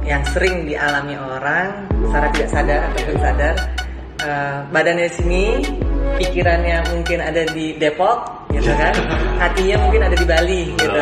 yang sering dialami orang secara tidak sadar ataupun sadar. Badannya di sini, pikirannya mungkin ada di Depok, gitu kan? Hatinya mungkin ada di Bali, gitu.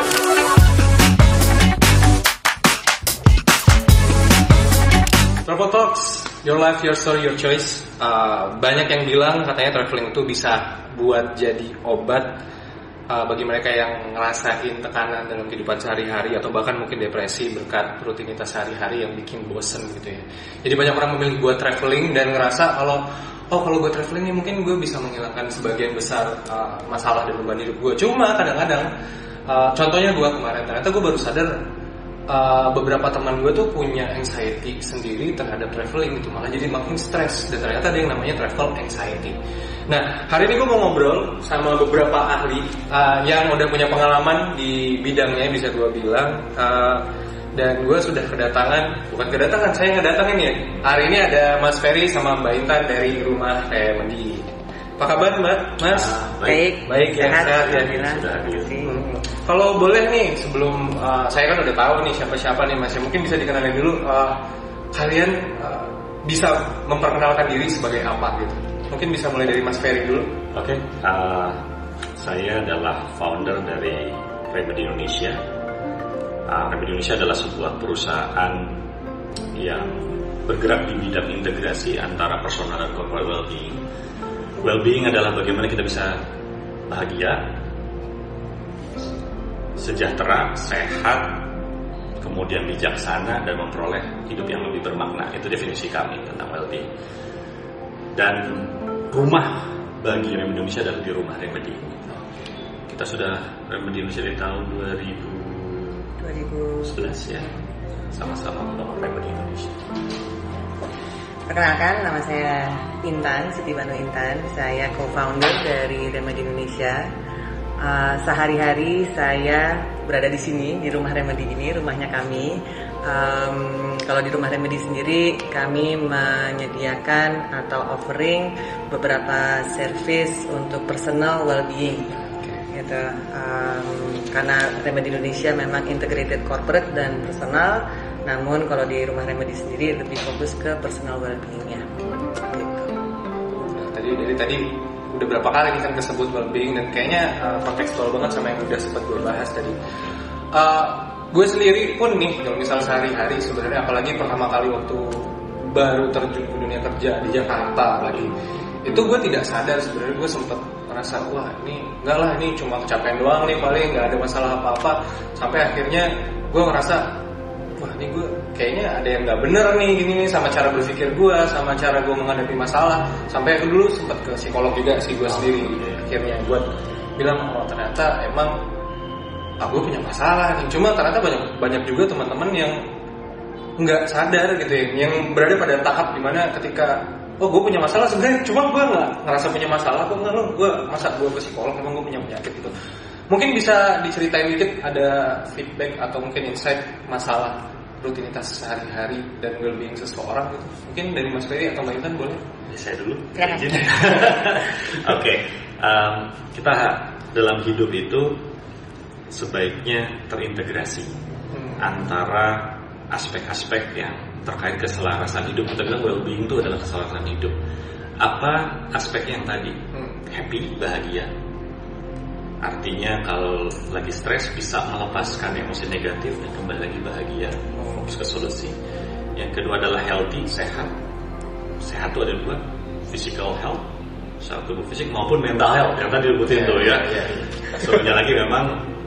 Travel Talks, your life, your story, your choice. Banyak yang bilang katanya traveling itu bisa buat jadi obat bagi mereka yang ngerasain tekanan dalam kehidupan sehari-hari atau bahkan mungkin depresi berkat rutinitas sehari-hari yang bikin bosen gitu ya. Jadi banyak orang memilih buat traveling dan ngerasa kalau gue traveling nih mungkin gue bisa menghilangkan sebagian besar masalah dan beban hidup gue. Cuma kadang-kadang contohnya gue kemarin ternyata gue baru sadar beberapa teman gue tuh punya anxiety sendiri terhadap traveling gitu, malah jadi makin stres dan ternyata ada yang namanya travel anxiety. Nah, hari ini gue mau ngobrol sama beberapa ahli yang udah punya pengalaman di bidangnya bisa gue bilang, dan gue sudah kedatangan, saya ngedatangin ya. Hari ini ada Mas Ferry sama Mbak Intan dari Rumah Remedy. Apa kabar Mbak? Mas? Baik ya, sehat ya. Sudah hadir. Kalau boleh nih, sebelum saya kan udah tahu nih siapa-siapa nih Mas, ya mungkin bisa dikenalin dulu. Kalian bisa memperkenalkan diri sebagai apa gitu? Mungkin bisa mulai dari Mas Ferry dulu. Oke, saya adalah founder dari Remedy Indonesia. Remedy Indonesia adalah sebuah perusahaan yang bergerak di bidang integrasi antara personal dan corporate well-being. Well-being adalah bagaimana kita bisa bahagia, sejahtera, sehat, kemudian bijaksana dan memperoleh hidup yang lebih bermakna. Itu definisi kami tentang well-being. Dan rumah bagi Remedy Indonesia adalah di Rumah Remedy. Kita sudah Remedy Indonesia dari tahun 2011 ya, sama-sama membangun Remedy Indonesia. Perkenalkan, nama saya Intan, Siti Banu Intan. Saya co-founder dari Remedy Indonesia. Sehari-hari saya berada di sini, di Rumah Remedy ini, rumahnya kami. Kalau di Rumah Remedy sendiri, kami menyediakan atau offering beberapa service untuk personal well-being. Gitu. Karena Remedy Indonesia memang integrated corporate dan personal, namun kalau di Rumah Remedy sendiri lebih fokus ke personal well-being-nya. Gitu. Dari tadi udah berapa kali nih kan kesebut well-being dan kayaknya kontekstual banget sama yang udah sempat gue bahas tadi. Gue sendiri pun nih kalau misal sehari-hari sebenarnya, apalagi pertama kali waktu baru terjun ke dunia kerja di Jakarta lagi, itu gue tidak sadar sebenarnya gue sempat merasa wah ini enggak lah, ini cuma kecapean doang nih, paling nggak ada masalah apa-apa, sampai akhirnya gue ngerasa wah ini gue kayaknya ada yang nggak bener nih gini nih sama cara berpikir gue, sama cara gue menghadapi masalah. Sampai aku dulu sempat ke psikolog juga sih gue sendiri. Akhirnya gue bilang ternyata emang gue punya masalah nih. Cuma ternyata banyak juga teman-teman yang nggak sadar gitu ya, yang berada pada tahap dimana ketika gue punya masalah sebenarnya, cuma gue nggak ngerasa punya masalah kok, nggak gue masa gue ke psikolog emang gue punya penyakit gitu. Mungkin bisa diceritain dikit ada feedback atau mungkin insight masalah rutinitas sehari-hari dan well-being seseorang gitu. Mungkin dari Mas Ferry atau Mbak Intan boleh? Saya dulu. Oke, kita dalam hidup itu sebaiknya terintegrasi antara aspek-aspek yang terkait keselarasan hidup. Kita bilang well-being itu adalah keselarasan hidup. Apa aspek yang tadi? Happy, bahagia. Artinya kalau lagi stres bisa melepaskan emosi negatif dan kembali lagi bahagia, fokus ke solusi. Yang kedua adalah healthy, sehat. Sehat itu ada dua, physical health, sehat tubuh fisik maupun mental health yang tadi disebutin tuh ya. Soalnya lagi memang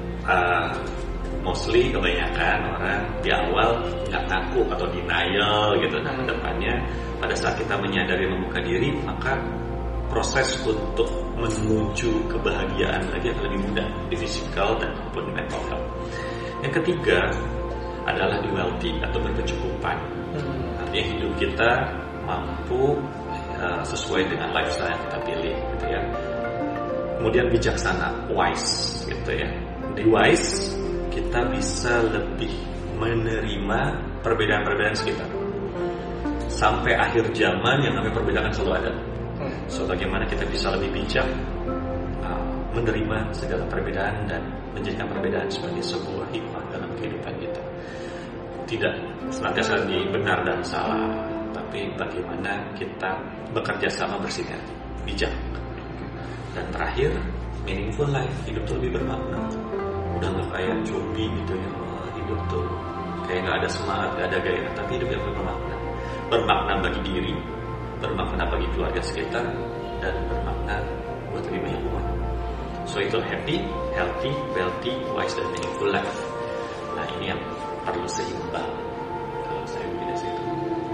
mostly kebanyakan orang di awal nggak ngaku atau denial gitu. Nah kedepannya pada saat kita menyadari membuka diri, maka proses untuk menuju kebahagiaan lagi akan lebih mudah di physical dan maupun di mental health. Yang ketiga adalah di wealthy atau berkecukupan. Artinya hidup kita mampu sesuai dengan lifestyle yang kita pilih gitu ya. Kemudian bijaksana, wise gitu ya. Di wise kita bisa lebih menerima perbedaan-perbedaan sekitar. Sampai akhir zaman yang namanya perbedaan selalu ada. So bagaimana kita bisa lebih bijak menerima segala perbedaan dan menjadikan perbedaan sebagai sebuah hikmah dalam kehidupan kita. tidak senantiasa di benar dan salah, tapi bagaimana kita bekerja sama bersinergi, bijak. Dan terakhir, meaningful life, hidup tuh lebih bermakna. Udah nggak kayak zombie gitu ya, hidup tuh kayak nggak ada semangat, nggak ada gairah, tapi hidup yang bermakna. Bermakna bagi diri, bermakna bagi keluarga sekitar, dan bermakna buat lebih banyak umat. So itu happy, healthy, wealthy, wise, dan meaningful life. Nah ini yang perlu seimbang. Kalau saya tidak itu.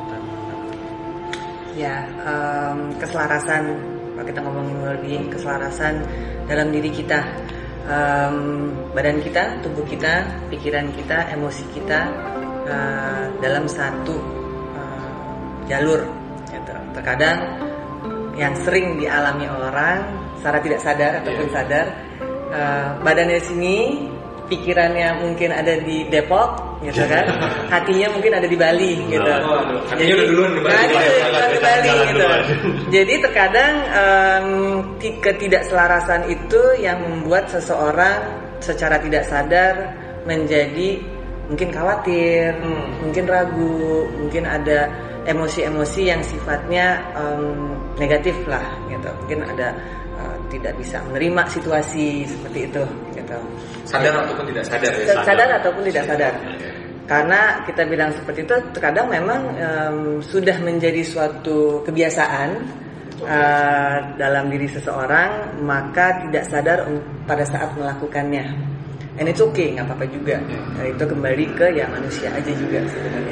Ya, keselarasan. Kalau kita ngomongin well-being, keselarasan dalam diri kita, badan kita, tubuh kita, pikiran kita, emosi kita dalam satu jalur. Gitu. Terkadang yang sering dialami orang secara tidak sadar ataupun sadar, badannya di sini, pikirannya mungkin ada di Depok, gitu kan, hatinya mungkin ada di Bali, gitu. Hatinya udah duluan di Bali, gitu. Jadi terkadang ketidakselarasan itu yang membuat seseorang secara tidak sadar menjadi mungkin khawatir, mungkin ragu, mungkin ada emosi-emosi yang sifatnya negatif lah, gitu. Mungkin ada tidak bisa menerima situasi seperti itu, gitu. Sadar ataupun tidak sadar ya? Sadar ataupun tidak sadar. Karena kita bilang seperti itu, terkadang memang sudah menjadi suatu kebiasaan dalam diri seseorang, maka tidak sadar pada saat melakukannya. And it's okay, nggak apa-apa juga. Itu kembali ke yang manusia aja juga sebenarnya.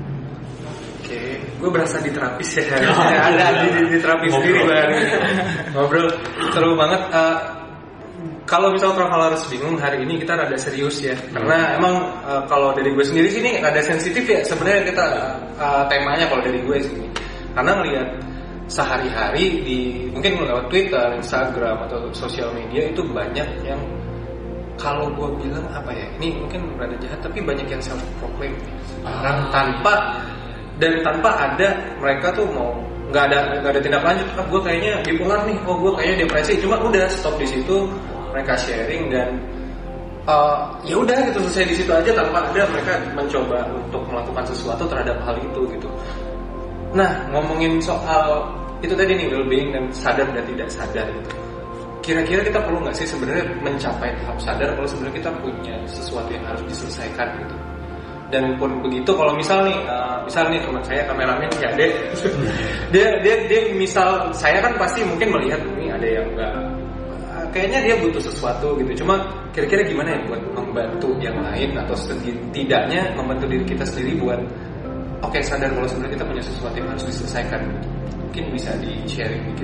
Gue berasa di terapis ya, ada di terapis sendiri hari ini. Ngobrol seru banget. Kalau misal travelers bingung, hari ini kita rada serius ya, karena emang kalau dari gue sendiri sini rada sensitif ya sebenarnya kita temanya kalau dari gue sini, karena ngelihat sehari-hari di mungkin lewat Twitter, Instagram atau sosial media itu banyak yang kalau gue bilang apa ya, ini mungkin rada jahat tapi banyak yang self proclaim sekarang tanpa ada mereka tuh mau nggak ada tindak lanjut. Gue kayaknya bipolar nih, gue kayaknya depresi, cuma udah stop di situ, mereka sharing dan ya udah gitu, selesai di situ aja tanpa ada mereka mencoba untuk melakukan sesuatu terhadap hal itu gitu. Nah, ngomongin soal itu tadi nih, well-being dan sadar dan tidak sadar gitu. Kira-kira kita perlu nggak sih sebenarnya mencapai tahap sadar kalau sebenarnya kita punya sesuatu yang harus diselesaikan gitu? Dan pun begitu kalau misal nih teman saya kameramen ya dia misal saya kan pasti mungkin melihat ini ada yang enggak, kayaknya dia butuh sesuatu gitu, cuma kira-kira gimana ya buat membantu yang lain atau setidaknya membantu diri kita sendiri buat sadar kalau sebenarnya kita punya sesuatu yang harus diselesaikan gitu. Mungkin bisa di sharing dikit.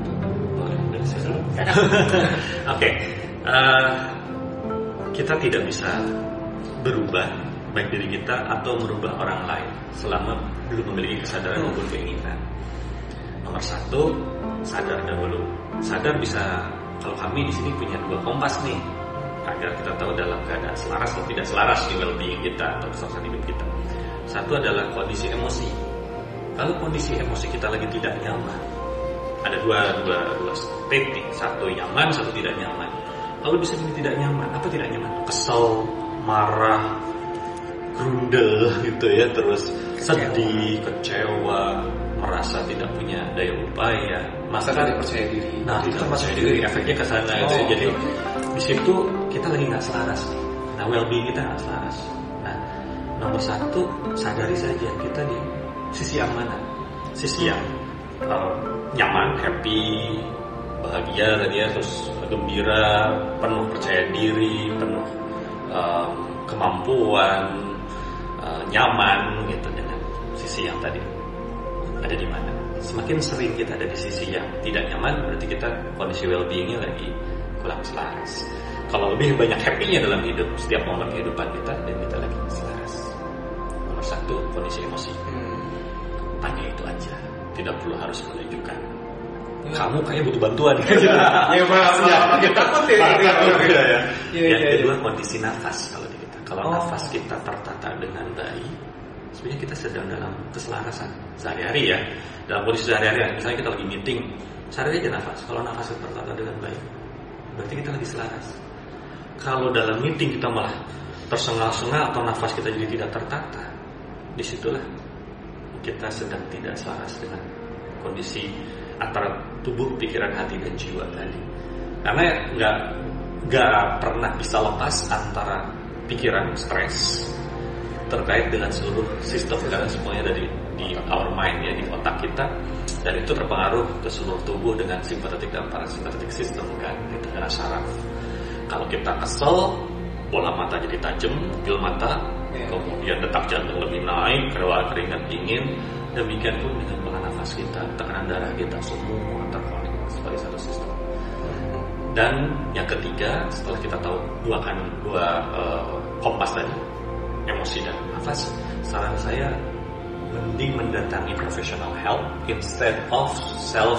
Kita tidak bisa berubah baik diri kita atau merubah orang lain selama belum memiliki kesadaran maupun keinginan. Nomor satu, sadar dahulu. Sadar bisa, kalau kami di sini punya 2 kompas nih, agar kita tahu dalam keadaan selaras atau tidak selaras di well-being kita atau keselarasan hidup kita. Satu adalah kondisi emosi. Kalau kondisi emosi kita lagi tidak nyaman, ada dua state nih, satu nyaman, satu tidak nyaman. Kalau bisa tidak nyaman, apa tidak nyaman? Kesel, marah, grundel gitu ya, terus sedih, kecewa, merasa tidak punya daya upaya, masa tidak percaya diri. Nah, tidak percaya diri, efeknya ke sana itu. Jadi di situ kita lagi nggak selaras nih. Nah, well-being kita nggak selaras. Nah, nomor satu, sadari saja kita di sisi yang mana, sisi yang nyaman, happy, bahagia tadi ya, terus gembira, penuh percaya diri, penuh kemampuan, nyaman gitu, dengan sisi yang tadi ada di mana. Semakin sering kita ada di sisi yang tidak nyaman, berarti kita kondisi well-beingnya lagi kurang selaras. Kalau lebih banyak happy-nya dalam hidup setiap momen kehidupan kita, dan kita lagi selaras. Nomor satu, kondisi emosi. Tanya itu aja, tidak perlu harus menunjukkan kamu kayak butuh bantuan. Ya maaf, takut ya. Yang kedua, kondisi nafas. Kalau nafas kita tertata dengan baik, sebenarnya kita sedang dalam keselarasan sehari-hari ya. Dalam kondisi sehari-hari, misalnya kita lagi meeting, sadari aja nafas. Kalau nafas tertata dengan baik, berarti kita lagi selaras. Kalau dalam meeting kita malah tersengal-sengal atau nafas kita jadi tidak tertata, disitulah kita sedang tidak selaras dengan kondisi antara tubuh, pikiran, hati, dan jiwa tadi. Karena nggak pernah bisa lepas antara pikiran, stres terkait dengan seluruh sistem, karena semuanya dari di our mind ya, di otak kita, dan itu terpengaruh ke seluruh tubuh dengan simpatetik dan parasimpatetik sistem kan. Kita kena saraf. Kalau kita kesel, bola mata jadi tajam, pupil mata, kemudian detak jantung lebih naik, keringat dingin. Demikian pun dengan pola nafas kita, tekanan darah kita, semua terkonek sebagai satu sistem. Dan yang ketiga, setelah kita tahu dua kompas tadi, emosi dan nafas, saran saya mending mendatangi professional help instead of self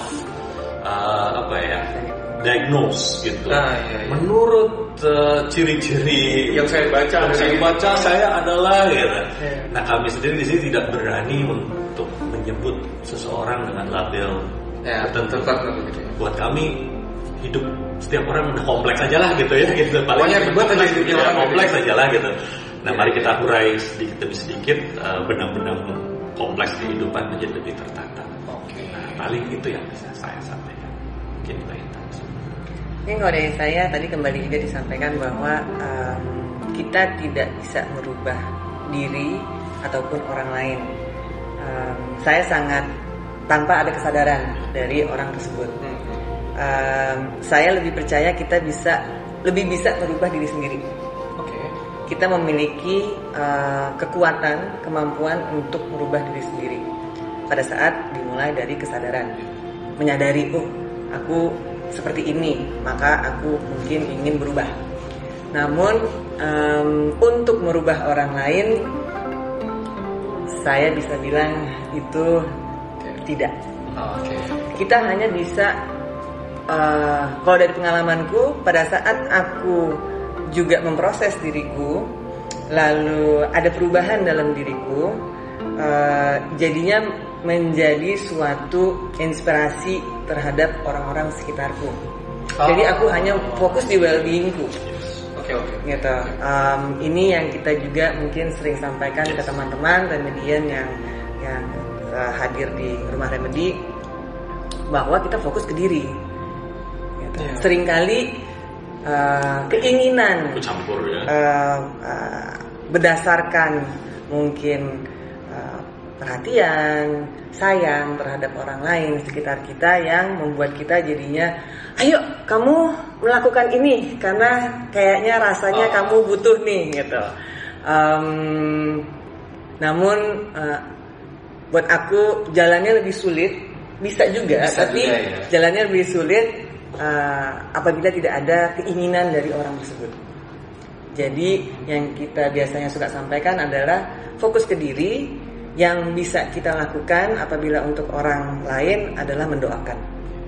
diagnose gitu. Iya. Menurut ciri-ciri yang saya baca, saya adalah gitu. Nah, kami sendiri di sini tidak berani untuk menyebut seseorang dengan label tertentu. Buat kami hidup setiap orang udah kompleks aja lah gitu ya gitu. Pokoknya ribet aja hidupnya orang kompleks aja lah gitu. Nah, mari kita urai sedikit demi sedikit benang-benang kompleks kehidupan menjadi lebih tertata. Nah, paling itu yang bisa saya sampaikan. Mungkin Mbak Intan. Ini kalau dari saya tadi kembali juga disampaikan bahwa kita tidak bisa merubah diri ataupun orang lain. Saya sangat tanpa ada kesadaran dari orang tersebut. Saya lebih percaya kita lebih bisa merubah diri sendiri. Kita memiliki kekuatan, kemampuan untuk merubah diri sendiri pada saat dimulai dari kesadaran, menyadari, oh aku seperti ini, maka aku mungkin ingin berubah. Namun untuk merubah orang lain, saya bisa bilang itu tidak. Kita hanya bisa, kalau dari pengalamanku, pada saat aku juga memproses diriku, lalu ada perubahan dalam diriku, jadinya menjadi suatu inspirasi terhadap orang-orang sekitarku. Jadi aku hanya fokus di well-beingku. Gitu. Ini yang kita juga mungkin sering sampaikan ke teman-teman remedian yang hadir di Rumah Remedi, bahwa kita fokus ke diri. Gitu. Seringkali keinginan berdasarkan mungkin perhatian, sayang terhadap orang lain sekitar kita yang membuat kita jadinya, ayo kamu melakukan ini karena kayaknya rasanya kamu butuh nih gitu. Namun buat aku jalannya lebih sulit, bisa juga, tapi jalannya lebih sulit apabila tidak ada keinginan dari orang tersebut. Jadi yang kita biasanya suka sampaikan adalah fokus ke diri. Yang bisa kita lakukan apabila untuk orang lain adalah mendoakan.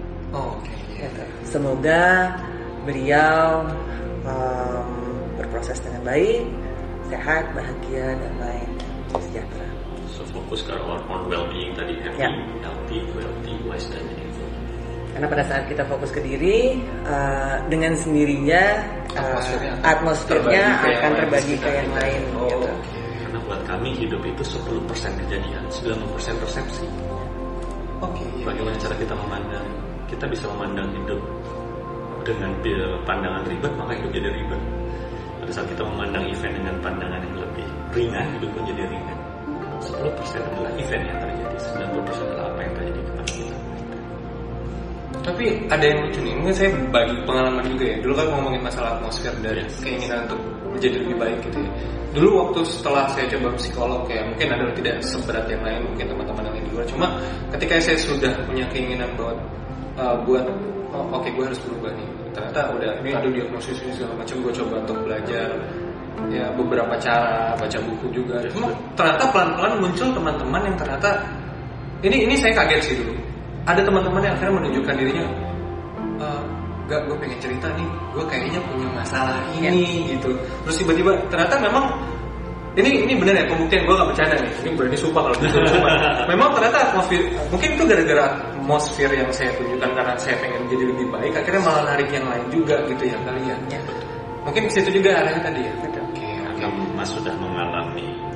Semoga beliau berproses dengan baik, sehat, bahagia, damai, sejahtera. So fokus ke on well-being tadi, healthy, wealthy, wise, dan meaningful. Karena pada saat kita fokus ke diri, dengan sendirinya atmosfernya akan terbagi ke yang lain. Gitu. Karena buat kami hidup itu 10% kejadian, 90% persepsi. Bagaimana cara kita memandang? Kita bisa memandang hidup dengan pandangan ribet, maka hidup jadi ribet. Pada saat kita memandang event dengan pandangan yang lebih ringan, hidup pun jadi ringan. 10% adalah event yang terjadi, 90% adalah apa yang terjadi kepada kita. Tapi ada yang lucu nih, mungkin saya bagi pengalaman juga ya. Dulu kan ngomongin masalah atmosfer dari keinginan untuk menjadi lebih baik gitu ya. Dulu waktu setelah saya coba psikolog ya, mungkin ada tidak seberat yang lain, mungkin teman-teman yang di luar. Cuma ketika saya sudah punya keinginan buat gue harus berubah nih. Ternyata udah ini ada diagnosis ini segala macam, gue coba untuk belajar ya beberapa cara, baca buku juga. Cuma ternyata pelan-pelan muncul teman-teman yang ternyata ini saya kaget sih dulu. Ada teman-teman yang akhirnya menunjukkan dirinya, gak, gue pengen cerita nih, gue kayaknya punya masalah ini gitu. Terus tiba-tiba ternyata memang ini benar ya, pembuktian, gue gak bercanda nih, ini berani sumpah kalau gitu. Memang ternyata atmosfer, mungkin itu gara-gara atmosfer yang saya tunjukkan karena saya pengen jadi lebih baik, akhirnya malah narik yang lain juga gitu ya kali ya. Mungkin ke situ juga arahnya tadi ya. Karena Mas sudah mengalami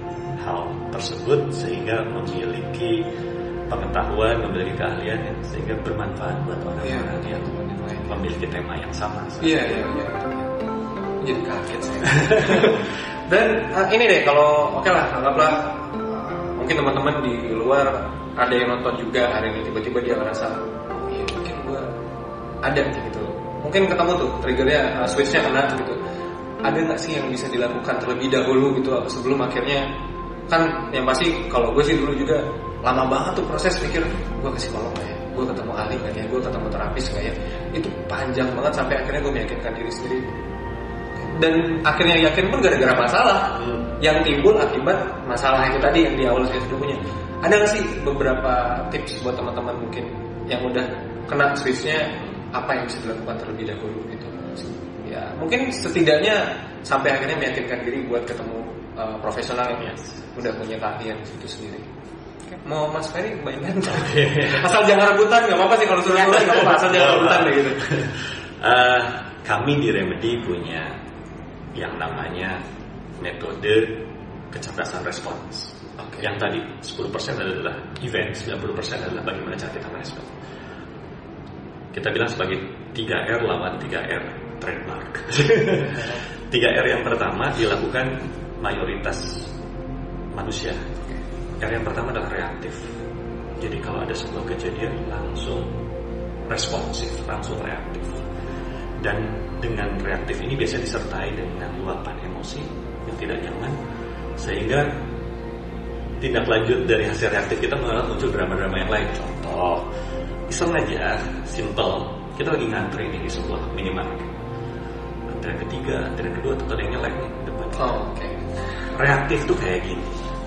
hal tersebut sehingga memiliki pengetahuan, memiliki keahlian sehingga bermanfaat buat orang-orang yang memiliki tema yang sama. Iya. Jadi kaget saya. Dan ini deh, kalau oke lah, anggaplah mungkin teman-teman di luar ada yang nonton juga hari ini, tiba-tiba dia ngerasa iya mungkin gue ada gitu. Mungkin ketemu tuh triggernya, switchnya kena gitu. Ada nggak sih yang bisa dilakukan terlebih dahulu gitu sebelum akhirnya, kan yang pasti kalau gue sih dulu juga lama banget tuh proses mikir gue ke psikolog nggak ya, gue ketemu ahli nggak ya, gue ketemu terapis nggak ya, itu panjang banget sampai akhirnya gue meyakinkan diri sendiri. Dan akhirnya yakin pun gara-gara masalah yang timbul akibat masalah itu tadi yang di awal saya sudah punya. Ada nggak sih beberapa tips buat teman-teman mungkin yang udah kena switchnya, apa yang bisa dilakukan terlebih dahulu gitu? Ya mungkin setidaknya sampai akhirnya meyakinkan diri buat ketemu profesional yang udah punya keahlian itu sendiri. Mau Mas Ferry bayangkan? Asal jangan rebutan, nggak apa-apa sih kalau suruh nggak apa-apa, asal jangan rebutan deh gitu. Kami di Remedy punya yang namanya metode kecerdasan respons. Yang tadi 10% adalah event, 90% adalah bagaimana cara kita merespon. Kita bilang sebagai 3R lawan 3R trademark. 3R yang pertama dilakukan mayoritas manusia. R yang pertama adalah reaktif. Jadi kalau ada sebuah kejadian langsung responsif, langsung reaktif. Dan dengan reaktif ini biasanya disertai dengan luapan emosi yang tidak nyaman, sehingga tindak lanjut dari hasil reaktif kita malah muncul drama-drama yang lain. Contoh, iseng aja, simple, kita lagi ngantri nih di sebuah minimarket. Antrian ketiga, antrian kedua, tetap ada yang nyelek nih depan. Reaktif tuh kayak gini,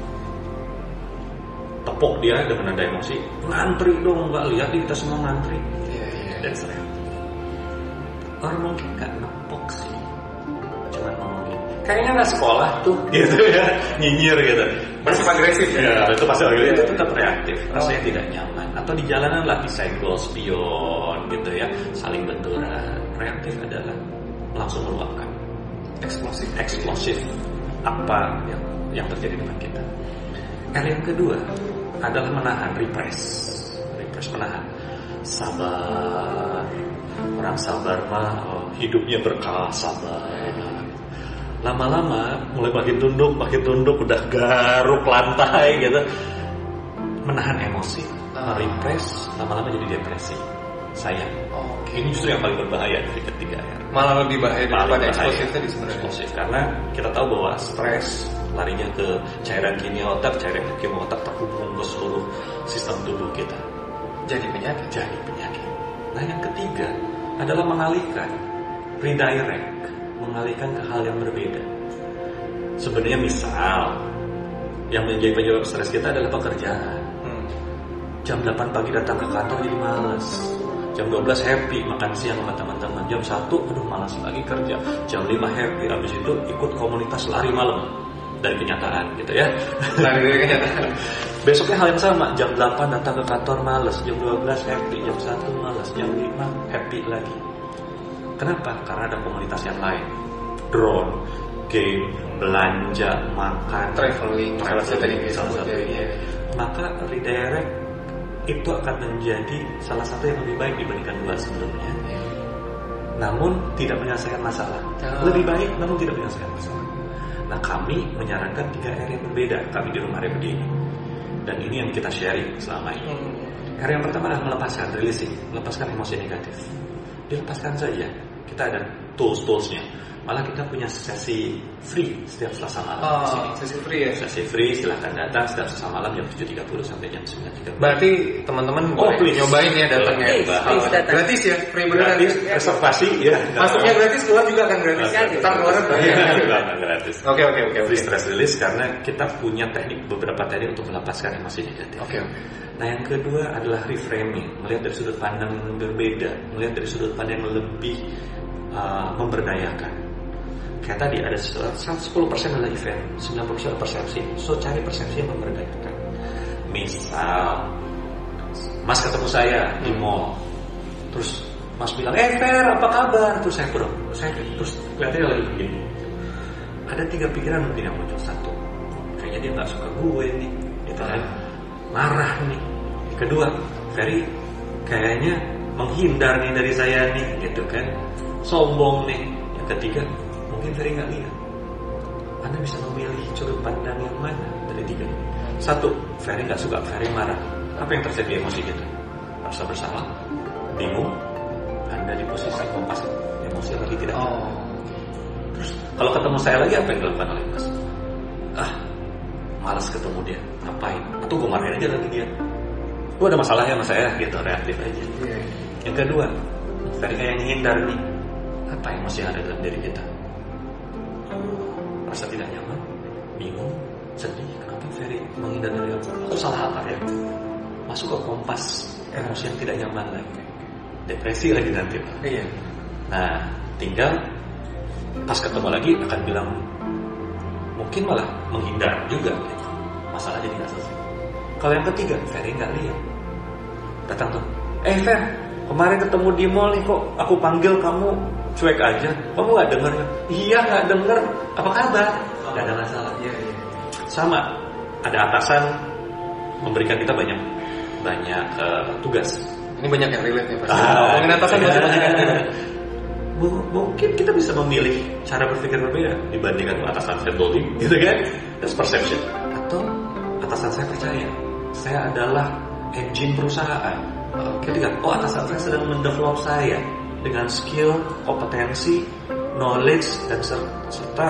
tepuk dia dengan nada emosi, ngantri dong, nggak lihat nih kita semua ngantri. Dan sering orang mungkin gak nepok sih, cuma ngomongin kayaknya gak sekolah tuh gitu ya, nyinyir gitu, masih agresif ya, itu pasti agresif, itu tetap reaktif, rasanya tidak nyaman. Atau di jalanan lah disenggol, spion gitu ya, saling benturan. Reaktif adalah langsung meluapkan, eksplosif apa yang terjadi dengan kita. Yang kedua adalah menahan, repress, menahan. Sabar. Orang sabar mah hidupnya berkah, sabar. Lama-lama mulai makin tunduk udah garuk lantai gitu. Menahan emosi, repress, lama-lama jadi depresi. Sayang. Ini justru yang paling berbahaya dari ketiga R. Malah lebih bahaya daripada eksplosif tadi sebenarnya. Eksplosif karena kita tahu bahwa stres larinya ke cairan kimia otak, cairan kimia otak terhubung ke seluruh sistem tubuh kita. Jadi penyakit. Nah yang ketiga adalah mengalihkan, redirect, mengalihkan ke hal yang berbeda. Sebenarnya misal yang menjadi penyebab stres kita adalah pekerjaan. Jam 8 pagi datang ke kantor jadi malas. Jam 12 happy makan siang sama teman-teman. Jam 1 aduh malas lagi kerja. Jam 5 happy, habis itu ikut komunitas lari malam. Dari kenyataan gitu ya. Lari dari kenyataan. Besoknya hal yang sama, jam 8 datang ke kantor malas, jam 12 happy, jam 1 malas, jam 5 happy lagi. Kenapa? Karena ada komunitas yang lain. Drone, game, belanja, makan, traveling salah satunya. Maka redirect itu akan menjadi salah satu yang lebih baik dibandingkan dua sebelumnya. Namun tidak menyelesaikan masalah. Lebih baik namun tidak menyelesaikan masalah. Nah kami menyarankan 3R yang berbeda kami di rumah Remedy ini. Dan ini yang kita sharing selama ini. R yang pertama adalah melepaskan, releasing, melepaskan emosi negatif. Dilepaskan saja. Kita ada tools-toolsnya. Malah kita punya sesi free setiap Selasa malam. Sesi free ya? Sesi free, silahkan datang setiap Selasa malam jam 7.30 sampai jam 9.30. Berarti teman-teman boleh nyobain ya datangnya. Gratis ya? Free beneran? Gratis, reservasi ya. Masuknya gratis, keluar juga kan gratis? Ntar keluar gratis. Oke. Free stress release karena kita punya beberapa teknik untuk melepaskan emosi negatif. Oke. Nah yang kedua adalah reframing, melihat dari sudut pandang yang berbeda, melihat dari sudut pandang yang lebih memberdayakan. Kayak tadi ada 10% adalah event, 90% persepsi. So cari persepsi yang memberdayakan. Misal Mas ketemu saya di mall, terus Mas bilang, Fer, apa kabar? Terus saya terus kelihatannya lagi begini. Ada 3 pikiran mungkin yang muncul. 1, kayaknya kayaknya dia nggak suka gue nih, gitu kan. Marah nih. Kedua, Ferry kayaknya menghindar nih dari saya nih, gitu kan. Sombong nih. Yang ketiga, mungkin Ferry nggak lihat. Anda bisa memilih sudut pandang yang mana dari tiga ini. Satu, Ferry nggak suka, Ferry marah. Apa yang terjadi emosi kita? Rasa bersalah, bingung. Anda di posisi kompas, emosi lagi tidak. Terus kalau ketemu saya lagi, apa yang dilakukan oleh Mas? Malas ketemu dia, ngapain? Atau gue marahin aja lagi dia. Lu ada masalah ya sama saya? Gitu, reaktif aja. Yang kedua, Ferry kayak ngehindar nih. Apa emosi yang ada dalam diri kita? Rasa tidak nyaman, bingung, sedih. Kenapa Ferry menghindar dari aku salah apa ya? Masuk ke kompas, emosi yang tidak nyaman lagi, depresi lagi nanti. Nah, tinggal pas ketemu lagi akan bilang, mungkin malah menghindar juga, masalah jadi nggak selesai. Kalau yang ketiga, Ferry nggak lihat, datang tuh, Fer, kemarin ketemu di mall nih, kok aku panggil kamu cuek aja, kamu nggak denger ya? Iya nggak denger, apa kabar? Nggak ada masalah. Sama, ada atasan memberikan kita banyak tugas. Ini banyak yang relate ya pasti. Ngomongin atasan banyak yang relate. Mungkin kita bisa memilih cara berpikir berbeda dibandingkan atasan saya dolim, gitu kan? That's perception. Atau atasan saya percaya saya adalah engine perusahaan. Ketika atasan saya sedang mendevelop saya dengan skill, kompetensi, knowledge dan serta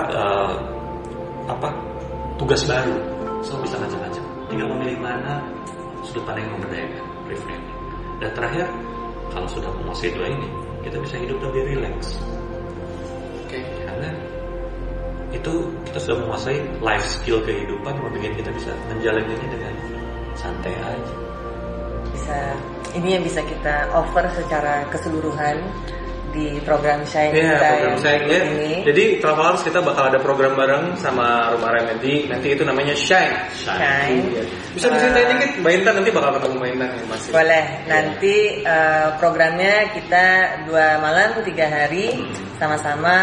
tugas baru. So bisa macam-macam. Tinggal memilih mana sudut pandang yang memberdayakan, reframing. Dan terakhir, kalau sudah menguasai dua ini, kita bisa hidup lebih rileks. Karena itu kita sudah menguasai life skill kehidupan yang membuat kita bisa menjalaninya dengan santai aja. Ini yang bisa kita offer secara keseluruhan di program Shine program Shine ini. Jadi Travelers kita bakal ada program bareng sama Rumah Remedy. Nanti itu namanya Shine. Bisa diceritain dikit, Mbak Intan nanti bakal ketemu Mbak Intan yang masih. Boleh. Nanti programnya kita 2 malam 3 hari sama-sama.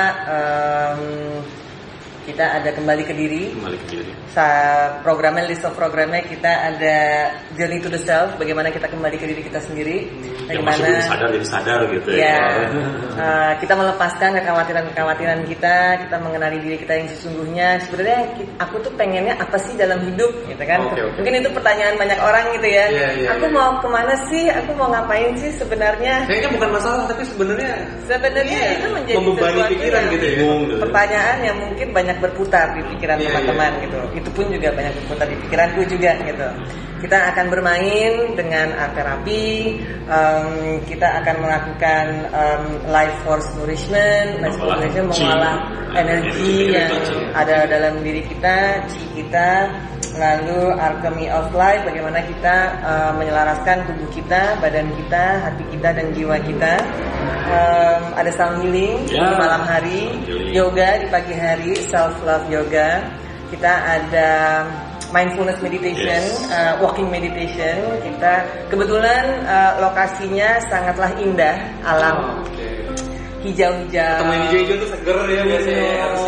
Kita ada kembali ke diri. Programnya, list of programnya kita ada Journey to the Self, bagaimana kita kembali ke diri kita sendiri. Bagaimana masih sadar jadi sadar gitu ya. Kita melepaskan kekhawatiran kita mengenali diri kita yang sesungguhnya. Sebenarnya aku tuh pengennya apa sih dalam hidup, gitu kan? Mungkin itu pertanyaan banyak orang gitu ya. Aku mau kemana sih? Aku mau ngapain sih sebenarnya? Kayaknya bukan masalah, tapi sebenarnya itu menjadi membebani pikiran gitu ya. Pertanyaan yang mungkin banyak berputar di pikiran teman-teman gitu. Itu pun juga banyak berputar di pikiranku juga gitu. Kita akan bermain dengan art terapi, kita akan melakukan life force nourishment, mengolah energi yang ada dalam diri kita, chi kita, lalu alchemy of life, bagaimana kita menyelaraskan tubuh kita, badan kita, hati kita dan jiwa kita. Ada sound healing di malam hari, yoga di pagi hari, self love yoga. Kita ada mindfulness meditation, walking meditation. Kita kebetulan lokasinya sangatlah indah, alam hijau-hijau. Temen hijau-hijau tuh seger ya biasanya.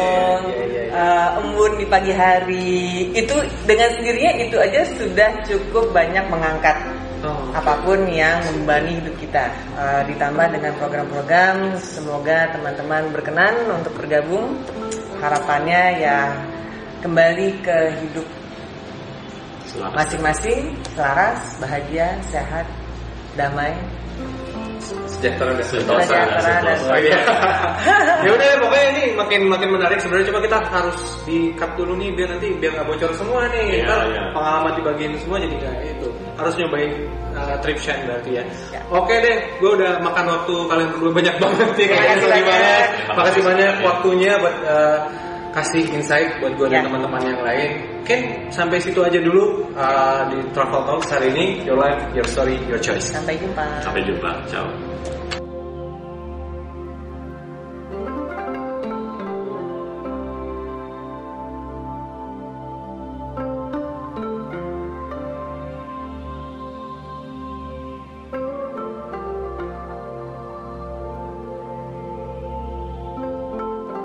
Embun di pagi hari. Itu dengan sendirinya itu aja sudah cukup banyak mengangkat apapun yang membebani hidup kita. Ditambah dengan program-program, semoga teman-teman berkenan untuk bergabung. Harapannya ya kembali ke hidup masing-masing, selaras, bahagia, sehat, damai, sejahtera dan sentosa. Ya udah, pokoknya ini makin menarik sebenarnya. Cuma kita harus di-cut dulu nih biar nggak bocor semua nih. Pengalaman dibagiin semua jadi kayak itu. Harus nyobain trip Shine berarti ya. Oke deh, gue udah makan waktu kalian berdua banyak banget nih. Makasih banyak waktunya buat kasih insight buat gue dan teman-teman yang lain. Mungkin sampai situ aja dulu di Travel Talks hari ini. Your life, your story, your choice. Sampai jumpa. Ciao.